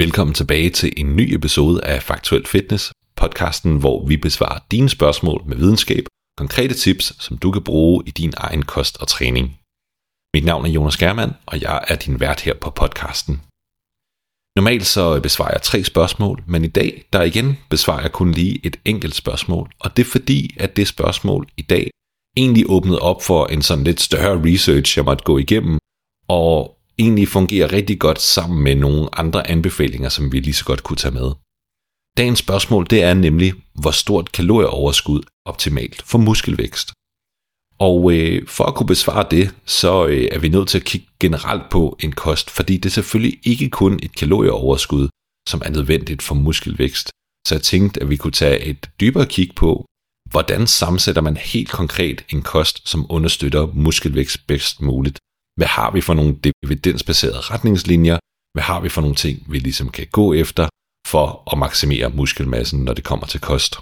Velkommen tilbage til en ny episode af Faktuel Fitness, podcasten, hvor vi besvarer dine spørgsmål med videnskab, konkrete tips, som du kan bruge i din egen kost og træning. Mit navn er Jonas Germann, og jeg er din vært her på podcasten. Normalt så besvarer jeg 3 spørgsmål, men i dag der igen besvarer jeg kun lige et enkelt spørgsmål, og det er fordi, at det spørgsmål i dag egentlig åbnede op for en sådan lidt større research, jeg måtte gå igennem, og egentlig fungerer rigtig godt sammen med nogle andre anbefalinger, som vi lige så godt kunne tage med. Dagens spørgsmål, det er nemlig, hvor stort kalorieoverskud optimalt for muskelvækst. Og for at kunne besvare det, så er vi nødt til at kigge generelt på en kost, fordi det er selvfølgelig ikke kun et kalorieoverskud, som er nødvendigt for muskelvækst. Så jeg tænkte, at vi kunne tage et dybere kig på, hvordan sammensætter man helt konkret en kost, som understøtter muskelvækst bedst muligt. Hvad har vi for nogle evidensbaserede retningslinjer? Hvad har vi for nogle ting, vi ligesom kan gå efter for at maksimere muskelmassen, når det kommer til kost?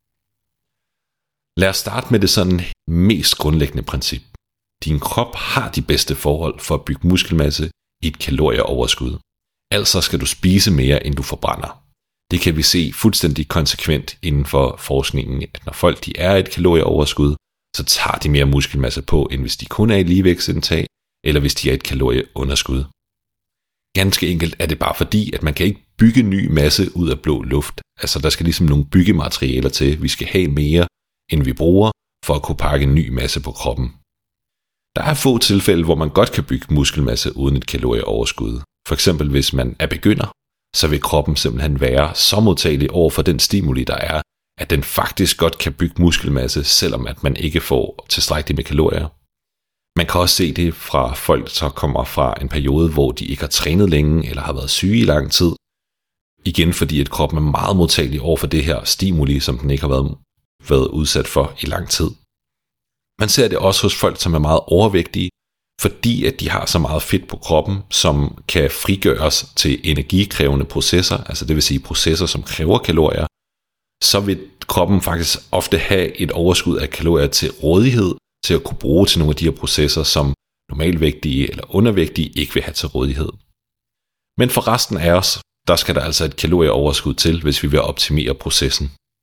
Lad os starte med det sådan mest grundlæggende princip. Din krop har de bedste forhold for at bygge muskelmasse i et kalorieoverskud. Altså skal du spise mere, end du forbrænder. Det kan vi se fuldstændig konsekvent inden for forskningen, at når folk de er i et kalorieoverskud, så tager de mere muskelmasse på, end hvis de kun er i ligevægtsindtag, eller hvis de er et kalorieunderskud. Ganske enkelt er det bare fordi, at man kan ikke bygge ny masse ud af blå luft. Altså der skal ligesom nogle byggematerialer til. Vi skal have mere, end vi bruger, for at kunne pakke ny masse på kroppen. Der er få tilfælde, hvor man godt kan bygge muskelmasse uden et kalorieoverskud. For eksempel hvis man er begynder, så vil kroppen simpelthen være så modtagelig over for den stimuli, der er, at den faktisk godt kan bygge muskelmasse, selvom at man ikke får tilstrækkeligt med kalorier. Man kan også se det fra folk, der kommer fra en periode, hvor de ikke har trænet længe eller har været syge i lang tid. Igen fordi, at kroppen er meget modtagelig over for det her stimuli, som den ikke har været udsat for i lang tid. Man ser det også hos folk, som er meget overvægtige, fordi at de har så meget fedt på kroppen, som kan frigøres til energikrævende processer, altså det vil sige processer, som kræver kalorier, så vil kroppen faktisk ofte have et overskud af kalorier til rådighed, til at kunne bruge til nogle af de her processer, som normalvægtige eller undervægtige ikke vil have til rådighed. Men for resten af os, der skal der altså et kalorieoverskud til, hvis vi vil optimere processen.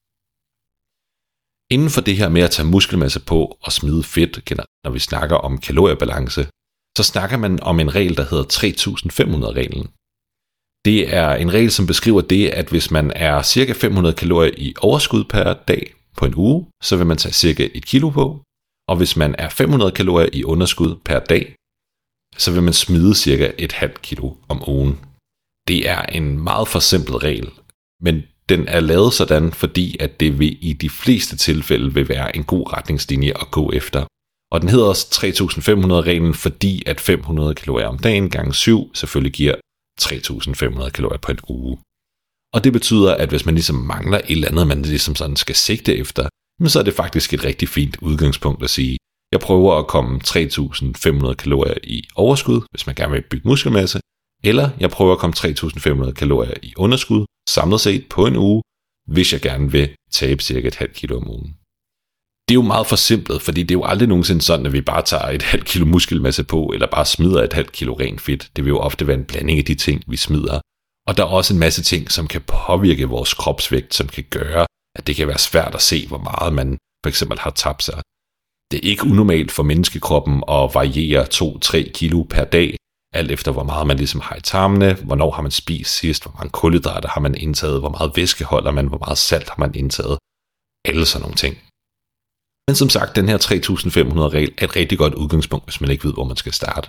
Inden for det her med at tage muskelmasse på og smide fedt, når vi snakker om kaloriebalance, så snakker man om en regel, der hedder 3500-reglen. Det er en regel, som beskriver det, at hvis man er ca. 500 kalorier i overskud per dag på en uge, så vil man tage ca. 1 kilo på. Og hvis man er 500 kalorier i underskud per dag, så vil man smide ca. 0,5 kilo om ugen. Det er en meget forsimplet regel, men den er lavet sådan, fordi at det i de fleste tilfælde vil være en god retningslinje at gå efter. Og den hedder også 3500-reglen, fordi at 500 kalorier om dagen gange 7 selvfølgelig giver 3500 kalorier på en uge. Og det betyder, at hvis man ligesom mangler et eller andet, man ligesom sådan skal sigte efter, så er det faktisk et rigtig fint udgangspunkt at sige, jeg prøver at komme 3500 kalorier i overskud, hvis man gerne vil bygge muskelmasse, eller jeg prøver at komme 3500 kalorier i underskud, samlet set på en uge, hvis jeg gerne vil tabe cirka 0,5 kilo om ugen. Det er jo meget forsimplet, fordi det er jo aldrig nogensinde sådan, at vi bare tager 0,5 kilo muskelmasse på, eller bare smider 0,5 kilo ren fedt. Det vil jo ofte være en blanding af de ting, vi smider. Og der er også en masse ting, som kan påvirke vores kropsvægt, som kan gøre, at det kan være svært at se, hvor meget man for eksempel har tabt sig. Det er ikke unormalt for menneskekroppen at variere 2-3 kilo per dag, alt efter hvor meget man ligesom har i tarmene, hvornår har man spist sidst, hvor mange kulhydrater har man indtaget, hvor meget væske holder man, hvor meget salt har man indtaget, alle sådan nogle ting. Men som sagt, den her 3500-regel er et rigtig godt udgangspunkt, hvis man ikke ved, hvor man skal starte.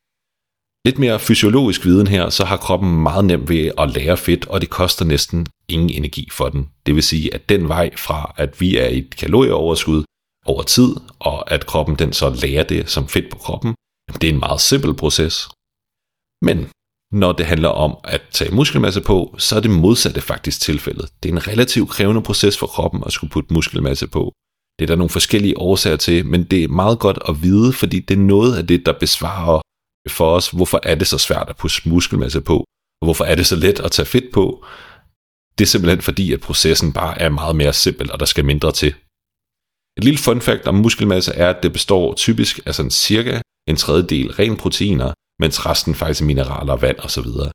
Lidt mere fysiologisk viden her, så har kroppen meget nemt ved at lære fedt, og det koster næsten ingen energi for den. Det vil sige, at den vej fra, at vi er i et kalorieoverskud over tid, og at kroppen den så lærer det som fedt på kroppen, det er en meget simpel proces. Men når det handler om at tage muskelmasse på, så er det modsatte faktisk tilfældet. Det er en relativt krævende proces for kroppen at skulle putte muskelmasse på. Det er der nogle forskellige årsager til, men det er meget godt at vide, fordi det er noget af det, der besvarer for os, hvorfor er det så svært at putte muskelmasse på, og hvorfor er det så let at tage fedt på. Det er simpelthen fordi, at processen bare er meget mere simpel, og der skal mindre til. Et lille fun fact om muskelmasse er, at det består typisk af sådan cirka 1/3 ren proteiner, mens resten faktisk er mineraler, vand osv.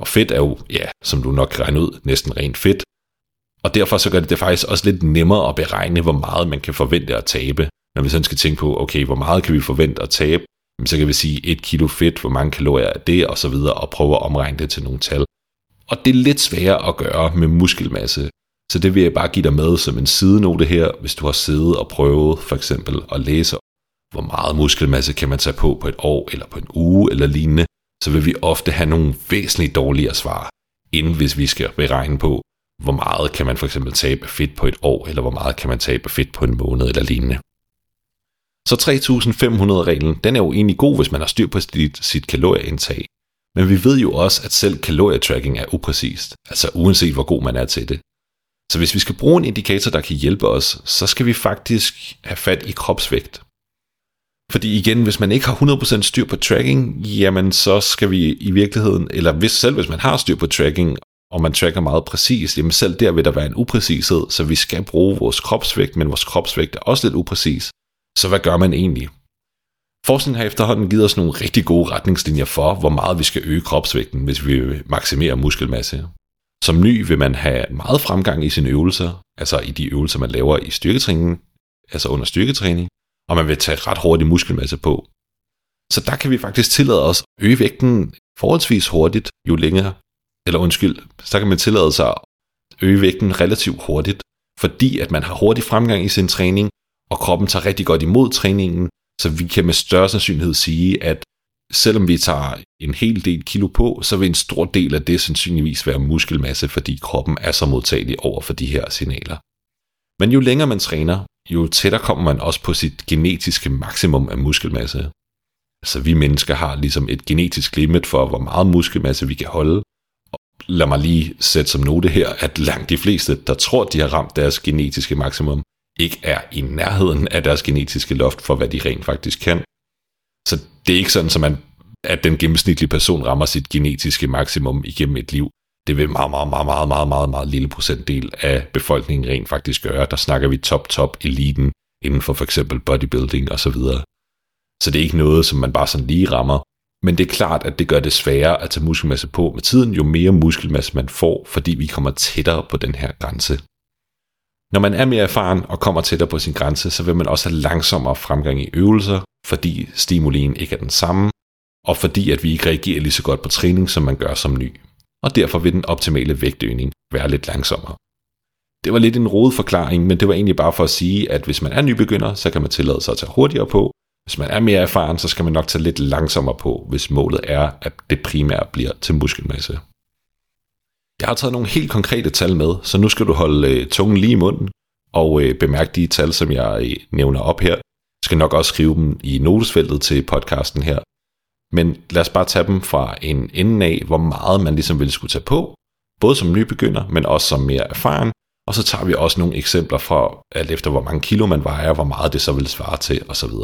Og fedt er jo, ja, som du nok kan regne ud, næsten rent fedt. Og derfor så gør det faktisk også lidt nemmere at beregne, hvor meget man kan forvente at tabe. Når vi sådan skal tænke på, okay, hvor meget kan vi forvente at tabe? Så kan vi sige 1 kilo fedt, hvor mange kalorier er det, og så videre, og prøve at omregne det til nogle tal. Og det er lidt sværere at gøre med muskelmasse. Så det vil jeg bare give dig med som en sidenote her, hvis du har siddet og prøvet for eksempel at læse, hvor meget muskelmasse kan man tage på et år, eller på en uge, eller lignende, så vil vi ofte have nogle væsentligt dårligere svar, end hvis vi skal beregne på, hvor meget kan man for eksempel tabe fedt på et år, eller hvor meget kan man tabe fedt på en måned, eller lignende. Så 3.500-reglen, den er jo egentlig god, hvis man har styr på sit kalorieindtag. Men vi ved jo også, at selv kalorietracking er upræcist, altså uanset hvor god man er til det. Så hvis vi skal bruge en indikator, der kan hjælpe os, så skal vi faktisk have fat i kropsvægt. Fordi igen, hvis man ikke har 100% styr på tracking, jamen så skal vi i virkeligheden, eller hvis man har styr på tracking, og man tracker meget præcist, jamen selv der vil der være en upræcished, så vi skal bruge vores kropsvægt, men vores kropsvægt er også lidt upræcis. Så hvad gør man egentlig? Forskningen har efterhånden givet os nogle rigtig gode retningslinjer for, hvor meget vi skal øge kropsvægten, hvis vi vil maksimere muskelmasse. Som ny vil man have meget fremgang i sine øvelser, altså i de øvelser, man laver i styrketræningen, altså under styrketræning, og man vil tage ret hurtig muskelmasse på. Så der kan vi faktisk tillade os at øge vægten forholdsvis hurtigt, så kan man tillade sig at øge vægten relativt hurtigt, fordi at man har hurtig fremgang i sin træning, og kroppen tager rigtig godt imod træningen, så vi kan med større sandsynlighed sige, at selvom vi tager en hel del kilo på, så vil en stor del af det sandsynligvis være muskelmasse, fordi kroppen er så modtagelig over for de her signaler. Men jo længere man træner, jo tættere kommer man også på sit genetiske maksimum af muskelmasse. Altså vi mennesker har ligesom et genetisk limit for, hvor meget muskelmasse vi kan holde. Og lad mig lige sætte som note her, at langt de fleste, der tror, de har ramt deres genetiske maksimum, ikke er i nærheden af deres genetiske loft for, hvad de rent faktisk kan. Så det er ikke sådan, at den gennemsnitlige person rammer sit genetiske maksimum igennem et liv. Det vil meget lille procentdel af befolkningen rent faktisk gøre. Der snakker vi top eliten inden for eksempel bodybuilding og så videre. Så det er ikke noget, som man bare sådan lige rammer. Men det er klart, at det gør det sværere at tage muskelmasse på med tiden, jo mere muskelmasse man får, fordi vi kommer tættere på den her grænse. Når man er mere erfaren og kommer tættere på sin grænse, så vil man også have langsommere fremgang i øvelser, fordi stimulien ikke er den samme, og fordi at vi ikke reagerer lige så godt på træning, som man gør som ny. Og derfor vil den optimale vægtøgning være lidt langsommere. Det var lidt en rodet forklaring, men det var egentlig bare for at sige, at hvis man er nybegynder, så kan man tillade sig at tage hurtigere på. Hvis man er mere erfaren, så skal man nok tage lidt langsommere på, hvis målet er, at det primært bliver til muskelmasse. Jeg har taget nogle helt konkrete tal med, så nu skal du holde tungen lige i munden og bemærke de tal, som jeg nævner op her. Jeg skal nok også skrive dem i notesfeltet til podcasten her. Men lad os bare tage dem fra en ende af, hvor meget man ligesom ville skulle tage på, både som nybegynder, men også som mere erfaren. Og så tager vi også nogle eksempler fra, alt efter hvor mange kilo man vejer, hvor meget det så vil svare til osv.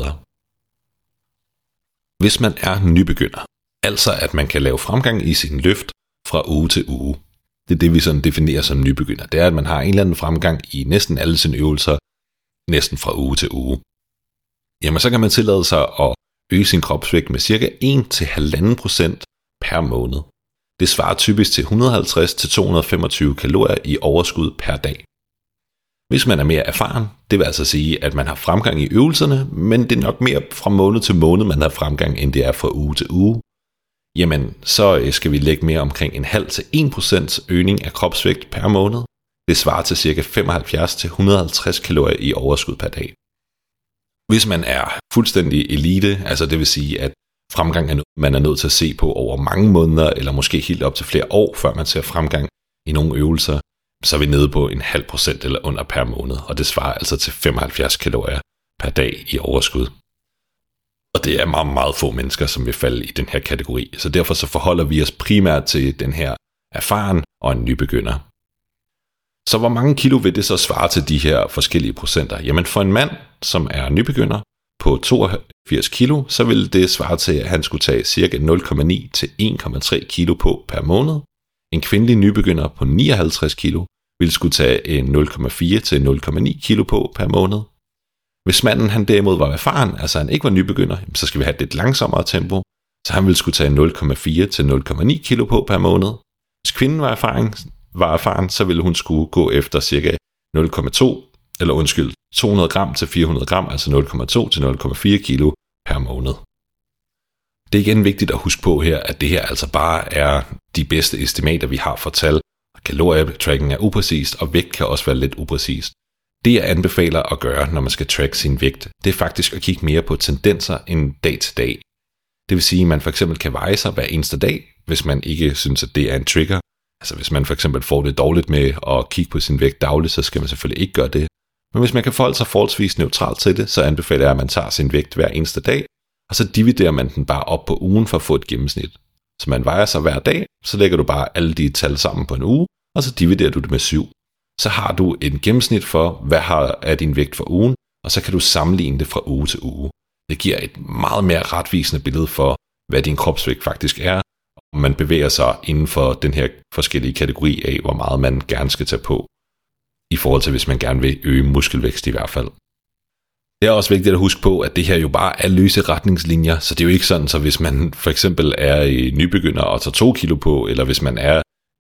Hvis man er nybegynder, altså at man kan lave fremgang i sin løft fra uge til uge. Det er det, vi sådan definerer som nybegynder. Det er, at man har en eller anden fremgang i næsten alle sine øvelser, næsten fra uge til uge. Jamen så kan man tillade sig at øge sin kropsvægt med ca. 1-1,5% per måned. Det svarer typisk til 150-225 kalorier i overskud per dag. Hvis man er mere erfaren, det vil altså sige, at man har fremgang i øvelserne, men det er nok mere fra måned til måned, man har fremgang, end det er fra uge til uge. Jamen, så skal vi lægge mere omkring 0,5-1% øgning af kropsvægt per måned. Det svarer til ca. 75-150 kalorier i overskud per dag. Hvis man er fuldstændig elite, altså det vil sige, at fremgang er noget, man er nødt til at se på over mange måneder, eller måske helt op til flere år, før man ser fremgang i nogle øvelser, så er vi nede på 0,5% eller under per måned, og det svarer altså til 75 kalorier per dag i overskud. Og det er meget, meget få mennesker, som vil falde i den her kategori, så derfor så forholder vi os primært til den her erfaren og en nybegynder. Så hvor mange kilo vil det så svare til de her forskellige procenter? Jamen for en mand, som er nybegynder på 82 kilo, så vil det svare til, at han skulle tage ca. 0,9 til 1,3 kilo på per måned. En kvindelig nybegynder på 59 kilo vil skulle tage 0,4 til 0,9 kilo på per måned. Hvis manden han derimod var erfaren, altså han ikke var nybegynder, så skal vi have et lidt langsommere tempo, så han vil skulle tage 0,4 til 0,9 kilo på per måned. Hvis kvinden var erfaren, så ville hun skulle gå efter cirka 200 gram til 400 gram, altså 0,2 til 0,4 kilo per måned. Det er igen vigtigt at huske på her, at det her altså bare er de bedste estimater, vi har for tal. Kalorietracking er upræcist, og vægt kan også være lidt upræcist. Det jeg anbefaler at gøre, når man skal track sin vægt, det er faktisk at kigge mere på tendenser end dag til dag. Det vil sige, at man for eksempel kan veje sig hver eneste dag, hvis man ikke synes, at det er en trigger. Altså hvis man for eksempel får det dårligt med at kigge på sin vægt dagligt, så skal man selvfølgelig ikke gøre det. Men hvis man kan forholde sig forholdsvis neutralt til det, så anbefaler jeg, at man tager sin vægt hver eneste dag, og så dividerer man den bare op på ugen for at få et gennemsnit. Så man vejer sig hver dag, så lægger du bare alle de tal sammen på en uge, og så dividerer du det med 7. Så har du et gennemsnit for, hvad er din vægt for ugen, og så kan du sammenligne det fra uge til uge. Det giver et meget mere retvisende billede for, hvad din kropsvægt faktisk er, og man bevæger sig inden for den her forskellige kategori af, hvor meget man gerne skal tage på, i forhold til hvis man gerne vil øge muskelvækst i hvert fald. Det er også vigtigt at huske på, at det her jo bare er løse retningslinjer, så det er jo ikke sådan, så hvis man for eksempel er nybegynder og tager 2 kilo på, eller hvis man er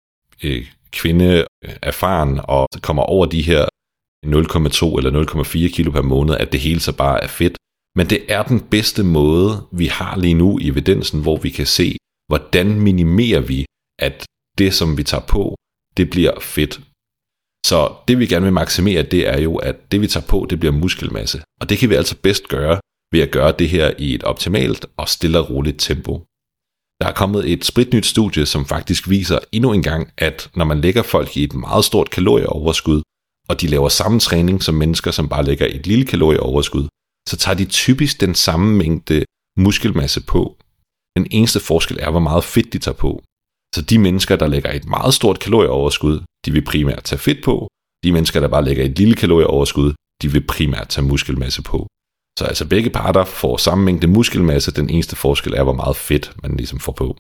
kvinde erfaren og kommer over de her 0,2 eller 0,4 kilo per måned, at det hele så bare er fedt. Men det er den bedste måde, vi har lige nu i evidensen, hvor vi kan se, hvordan minimerer vi, at det, som vi tager på, det bliver fedt. Så det vi gerne vil maksimere, det er jo, at det vi tager på, det bliver muskelmasse. Og det kan vi altså bedst gøre ved at gøre det her i et optimalt og stille og roligt tempo. Der er kommet et spritnyt studie, som faktisk viser endnu en gang, at når man lægger folk i et meget stort kalorieoverskud, og de laver samme træning som mennesker, som bare lægger et lille kalorieoverskud, så tager de typisk den samme mængde muskelmasse på. Den eneste forskel er, hvor meget fedt de tager på. Så de mennesker, der lægger et meget stort kalorieoverskud, de vil primært tage fedt på. De mennesker, der bare lægger et lille kalorieoverskud, de vil primært tage muskelmasse på. Så altså begge parter får samme mængde muskelmasse, den eneste forskel er, hvor meget fedt man ligesom får på.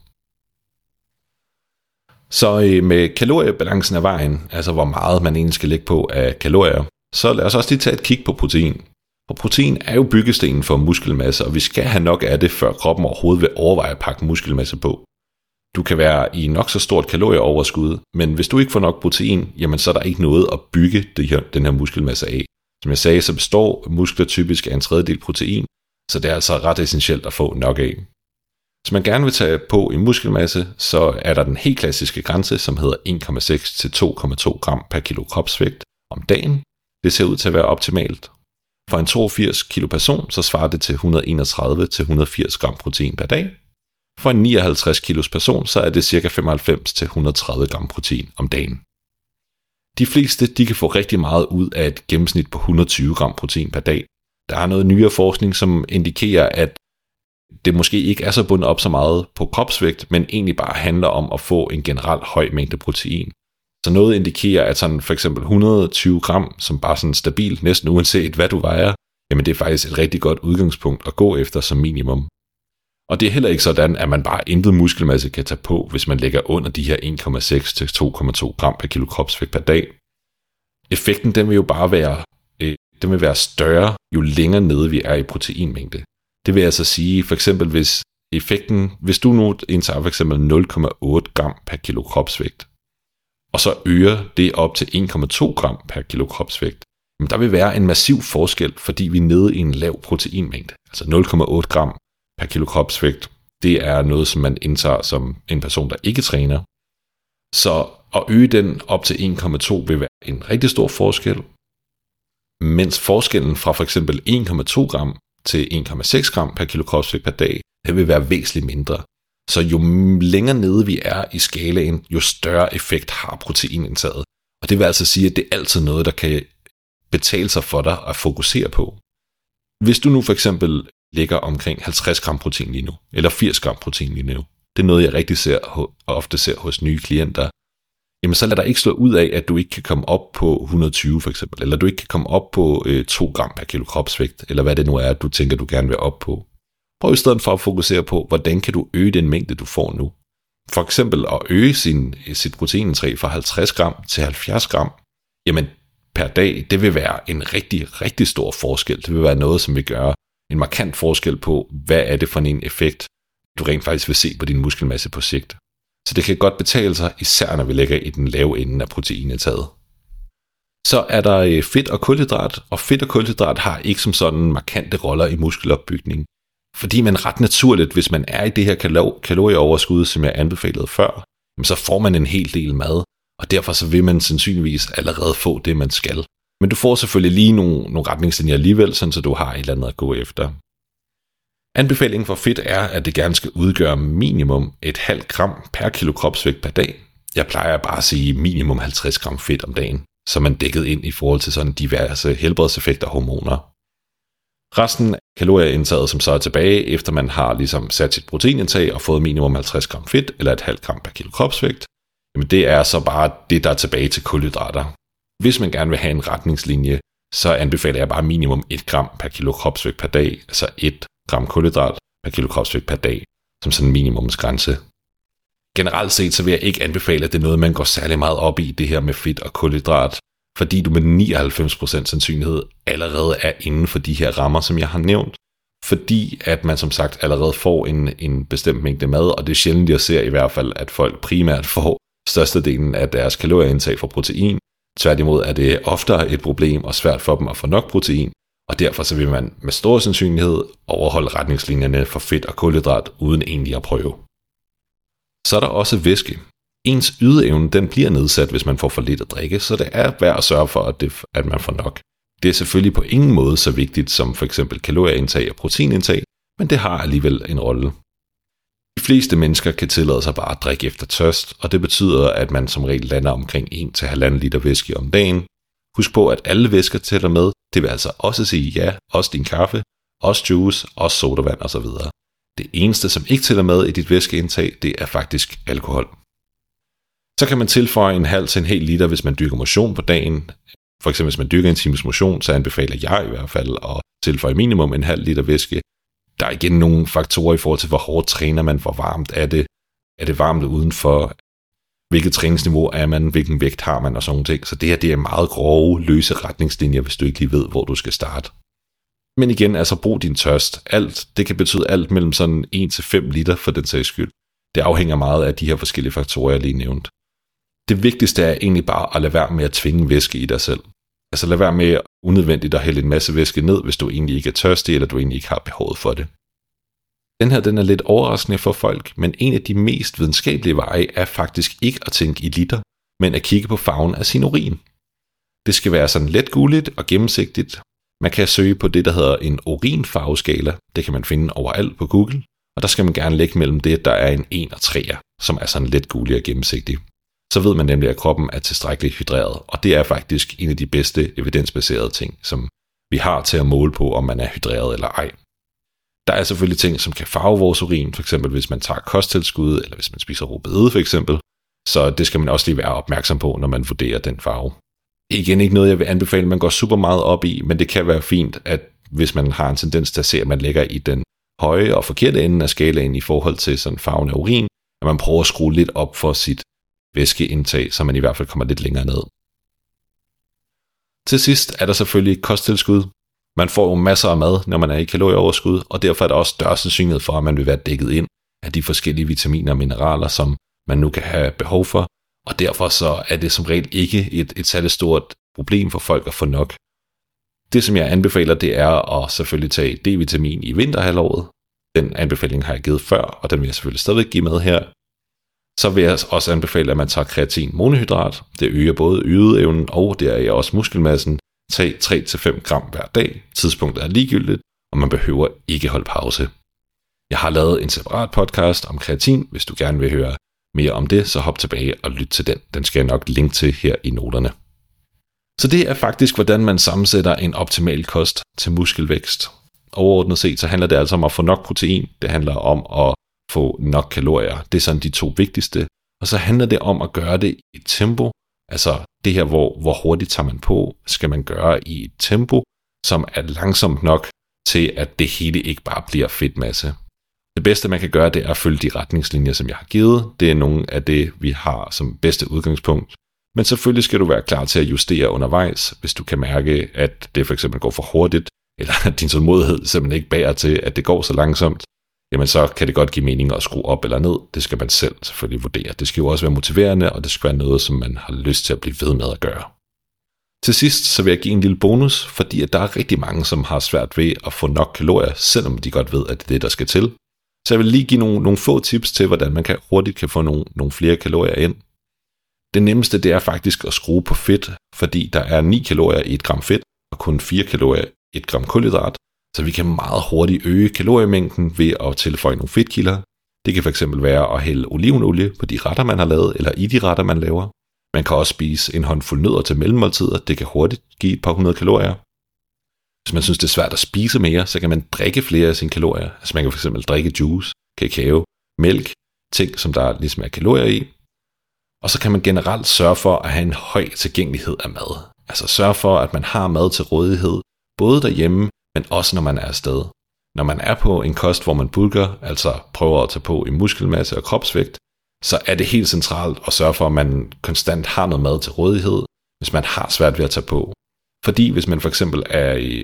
Så med kaloriebalancen af vejen, altså hvor meget man egentlig skal lægge på af kalorier, så lad os også lige tage et kig på protein. For protein er jo byggestenen for muskelmasse, og vi skal have nok af det, før kroppen overhovedet vil overveje at pakke muskelmasse på. Du kan være i nok så stort kalorieoverskud, men hvis du ikke får nok protein, jamen så er der ikke noget at bygge den her muskelmasse af. Som jeg sagde, så består muskler typisk af en tredjedel protein, så det er altså ret essentielt at få nok af. Hvis man gerne vil tage på i muskelmasse, så er der den helt klassiske grænse, som hedder 1,6 til 2,2 gram per kilo kropsvægt om dagen. Det ser ud til at være optimalt. For en 82 kilo person, så svarer det til 131 til 180 gram protein per dag. For en 59 kilos person, så er det ca. 95 til 130 gram protein om dagen. De fleste de kan få rigtig meget ud af et gennemsnit på 120 gram protein per dag. Der er noget nyere forskning, som indikerer, at det måske ikke er så bundet op så meget på kropsvægt, men egentlig bare handler om at få en generelt høj mængde protein. Så noget indikerer, at sådan for eksempel 120 gram, som bare sådan stabilt, næsten uanset hvad du vejer, jamen det er faktisk et rigtig godt udgangspunkt at gå efter som minimum. Og det er heller ikke sådan, at man bare intet muskelmasse kan tage på, hvis man ligger under de her 1,6 til 2,2 gram per kilo kropsvægt per dag. Effekten den vil jo bare være større, jo længere nede vi er i proteinmængde. Det vil altså sige, for eksempel hvis du nu indtager for eksempel 0,8 gram per kilo kropsvægt, og så øger det op til 1,2 gram per kilo kropsvægt, men der vil være en massiv forskel, fordi vi er nede i en lav proteinmængde. Altså 0,8 gram per kilo kropsvægt, det er noget, som man indtager som en person, der ikke træner. Så at øge den op til 1,2 vil være en rigtig stor forskel, mens forskellen fra for eksempel 1,2 gram til 1,6 gram per kilo kropsvægt per dag, det vil være væsentligt mindre. Så jo længere nede vi er i skalaen, jo større effekt har proteinindtaget. Og det vil altså sige, at det er altid noget, der kan betale sig for dig at fokusere på. Hvis du nu for eksempel ligger omkring 50 gram protein lige nu, eller 80 gram protein lige nu, det er noget, jeg rigtig ofte ser hos nye klienter, jamen så lad dig ikke slå ud af, at du ikke kan komme op på 120 for eksempel, eller du ikke kan komme op på 2 gram per kilo kropsvægt, eller hvad det nu er, du tænker, du gerne vil op på. Prøv i stedet for at fokusere på, hvordan kan du øge den mængde, du får nu. For eksempel at øge sit proteinindtag fra 50 gram til 70 gram, jamen per dag, det vil være en rigtig, rigtig stor forskel. Det vil være noget, som vil gøre en markant forskel på, hvad er det for en effekt, du rent faktisk vil se på din muskelmasse på sigt. Så det kan godt betale sig, især når vi ligger i den lave ende af proteinindtaget. Så er der fedt og kulhydrat, og fedt og kulhydrat har ikke som sådan markante roller i muskelopbygning, fordi man ret naturligt, hvis man er i det her kalorieoverskud, som jeg anbefalede før, så får man en hel del mad, og derfor så vil man sandsynligvis allerede få det, man skal. Men du får selvfølgelig lige nogle retningslinjer alligevel, så du har et eller andet at gå efter. Anbefalingen for fedt er, at det gerne skal udgøre minimum 0,5 gram per kilo kropsvægt per dag. Jeg plejer bare at sige minimum 50 gram fedt om dagen, så man dækket ind i forhold til sådan diverse helbredseffekter og hormoner. Resten af kalorieindtaget, som så er tilbage, efter man har ligesom sat sit proteinindtag og fået minimum 50 gram fedt eller 0,5 gram per kilo kropsvægt, jamen det er så bare det, der er tilbage til kulhydrater. Hvis man gerne vil have en retningslinje, så anbefaler jeg bare minimum 1 gram per kilo kropsvægt per dag, altså 1 gram kulhydrat per kilo kropsvægt per dag, som sådan en minimumsgrænse. Generelt set så vil jeg ikke anbefale, at det er noget, man går særlig meget op i, det her med fedt og kulhydrat, fordi du med 99% sandsynlighed allerede er inden for de her rammer, som jeg har nævnt, fordi at man som sagt allerede får en bestemt mængde mad, og det er sjældent, jeg ser i hvert fald, at folk primært får størstedelen af deres kalorieindtag fra protein. Tværtimod er det oftere et problem og svært for dem at få nok protein, og derfor så vil man med stor sandsynlighed overholde retningslinjerne for fedt og kulhydrat uden egentlig at prøve. Så er der også væske. Ens ydeevne den bliver nedsat, hvis man får for lidt at drikke, så det er værd at sørge for, at man får nok. Det er selvfølgelig på ingen måde så vigtigt som for eksempel kalorieindtag og proteinindtag, men det har alligevel en rolle. De fleste mennesker kan tillade sig bare at drikke efter tørst, og det betyder, at man som regel lander omkring 1-1,5 liter væske om dagen. Husk på, at alle væsker tæller med. Det vil altså også sige ja, også din kaffe, også juice, også sodavand osv. Det eneste, som ikke tæller med i dit væskeindtag, det er faktisk alkohol. Så kan man tilføje 0,5 til 1 liter, hvis man dyrker motion på dagen. For eksempel hvis man dyrker en times motion, så anbefaler jeg i hvert fald at tilføje minimum 0,5 liter væske. Der er igen nogle faktorer i forhold til, hvor hårdt træner man, hvor varmt er det. Er det varmt udenfor? Hvilket træningsniveau er man? Hvilken vægt har man? Og sådan nogle ting. Så det her det er meget grove, løse retningslinjer, hvis du ikke lige ved, hvor du skal starte. Men igen, altså brug din tørst. Alt, det kan betyde alt mellem sådan 1-5 liter for den sags skyld. Det afhænger meget af de her forskellige faktorer, jeg lige nævnte. Det vigtigste er egentlig bare at lade være med at tvinge væske i dig selv. Altså lad være med unødvendigt at hælde en masse væske ned, hvis du egentlig ikke er tørstig, eller du egentlig ikke har behovet for det. Den her den er lidt overraskende for folk, men en af de mest videnskabelige veje er faktisk ikke at tænke i liter, men at kigge på farven af sin urin. Det skal være sådan let gulligt og gennemsigtigt. Man kan søge på det, der hedder en urinfarveskala. Det kan man finde overalt på Google, og der skal man gerne lægge mellem det, der er en 1 og 3, som er sådan let gullig og gennemsigtig. Så ved man nemlig, at kroppen er tilstrækkeligt hydreret, og det er faktisk en af de bedste evidensbaserede ting, som vi har til at måle på, om man er hydreret eller ej. Der er selvfølgelig ting, som kan farve vores urin, f.eks. hvis man tager kosttilskud, eller hvis man spiser rugbrød for eksempel, så det skal man også lige være opmærksom på, når man vurderer den farve. Igen ikke noget, jeg vil anbefale, man går super meget op i, men det kan være fint, at hvis man har en tendens til at se, at man ligger i den høje og forkerte ende af skalaen i forhold til sådan farven af urin, at man prøver at skrue lidt op for sit væskeindtag, så man i hvert fald kommer lidt længere ned. Til sidst er der selvfølgelig kosttilskud. Man får jo masser af mad, når man er i kalorieoverskud, og derfor er der også større sandsynlighed for, at man vil være dækket ind af de forskellige vitaminer og mineraler, som man nu kan have behov for, og derfor så er det som regel ikke et særligt stort problem for folk at få nok. Det, som jeg anbefaler, det er at selvfølgelig tage D-vitamin i vinterhalvåret. Den anbefaling har jeg givet før, og den vil jeg selvfølgelig stadig give med her. Så vil jeg også anbefale, at man tager kreatin monohydrat. Det øger både ydeevnen og det er også muskelmassen. Tag 3-5 gram hver dag. Tidspunktet er ligegyldigt, og man behøver ikke holde pause. Jeg har lavet en separat podcast om kreatin. Hvis du gerne vil høre mere om det, så hop tilbage og lyt til den. Den skal jeg nok linke til her i noterne. Så det er faktisk, hvordan man sammensætter en optimal kost til muskelvækst. Overordnet set, så handler det altså om at få nok protein. Det handler om at få nok kalorier. Det er sådan de to vigtigste. Og så handler det om at gøre det i et tempo. Altså det her, hvor hurtigt tager man på, skal man gøre i et tempo, som er langsomt nok til, at det hele ikke bare bliver fedtmasse. Det bedste, man kan gøre, det er at følge de retningslinjer, som jeg har givet. Det er nogle af det, vi har som bedste udgangspunkt. Men selvfølgelig skal du være klar til at justere undervejs, hvis du kan mærke, at det for eksempel går for hurtigt, eller at din tålmodighed simpelthen ikke bærer til, at det går så langsomt. jamen så kan det godt give mening at skrue op eller ned. Det skal man selv selvfølgelig vurdere. Det skal jo også være motiverende, og det skal være noget, som man har lyst til at blive ved med at gøre. Til sidst så vil jeg give en lille bonus, fordi at der er rigtig mange, som har svært ved at få nok kalorier, selvom de godt ved, at det er det, der skal til. Så jeg vil lige give nogle få tips til, hvordan man hurtigt kan få nogle flere kalorier ind. Det nemmeste, det er faktisk at skrue på fedt, fordi der er 9 kalorier i 1 gram fedt, og kun 4 kalorier i 1 gram kulhydrat. Så vi kan meget hurtigt øge kaloriemængden ved at tilføje nogle fedtkilder. Det kan fx være at hælde olivenolie på de retter, man har lavet, eller i de retter, man laver. Man kan også spise en håndfuld nødder til mellemmåltider. Det kan hurtigt give et par 100 kalorier. Hvis man synes, det er svært at spise mere, så kan man drikke flere af sine kalorier. Altså man kan fx drikke juice, kakao, mælk, ting, som der ligesom er kalorier i. Og så kan man generelt sørge for at have en høj tilgængelighed af mad. Altså sørge for, at man har mad til rådighed, både derhjemme, men også når man er afsted. Når man er på en kost, hvor man bulker, altså prøver at tage på i muskelmasse og kropsvægt, så er det helt centralt at sørge for, at man konstant har noget mad til rådighed, hvis man har svært ved at tage på. Fordi hvis man for eksempel er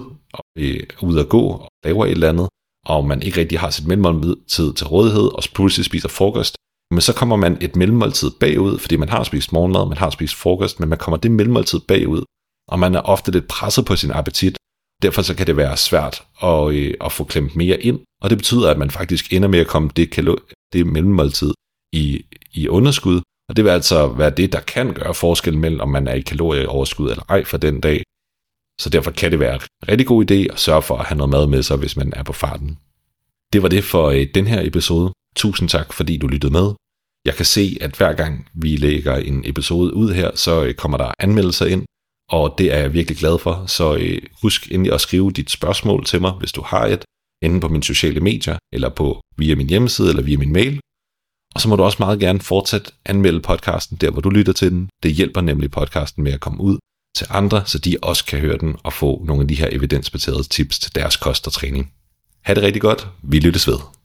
ude at gå og laver et eller andet, og man ikke rigtig har sit mellemmåltid til rådighed, og pludselig spiser frokost, men så kommer man et mellemmåltid bagud, fordi man har spist morgenmad, man har spist frokost, men man kommer det mellemmåltid bagud, og man er ofte lidt presset på sin appetit. Derfor så kan det være svært at få klemt mere ind, og det betyder, at man faktisk ender med at komme det mellemmåltid i underskud, og det vil altså være det, der kan gøre forskellen mellem, om man er i kalorieoverskud eller ej for den dag. Så derfor kan det være en rigtig god idé at sørge for at have noget mad med sig, hvis man er på farten. Det var det for den her episode. Tusind tak, fordi du lyttede med. Jeg kan se, at hver gang vi lægger en episode ud her, så kommer der anmeldelser ind, og det er jeg virkelig glad for. Så husk endelig at skrive dit spørgsmål til mig, hvis du har et, enten på mine sociale medier, eller via min hjemmeside, eller via min mail. Og så må du også meget gerne fortsat anmelde podcasten der, hvor du lytter til den. Det hjælper nemlig podcasten med at komme ud til andre, så de også kan høre den og få nogle af de her evidensbaserede tips til deres kost og træning. Ha' det rigtig godt. Vi lyttes ved.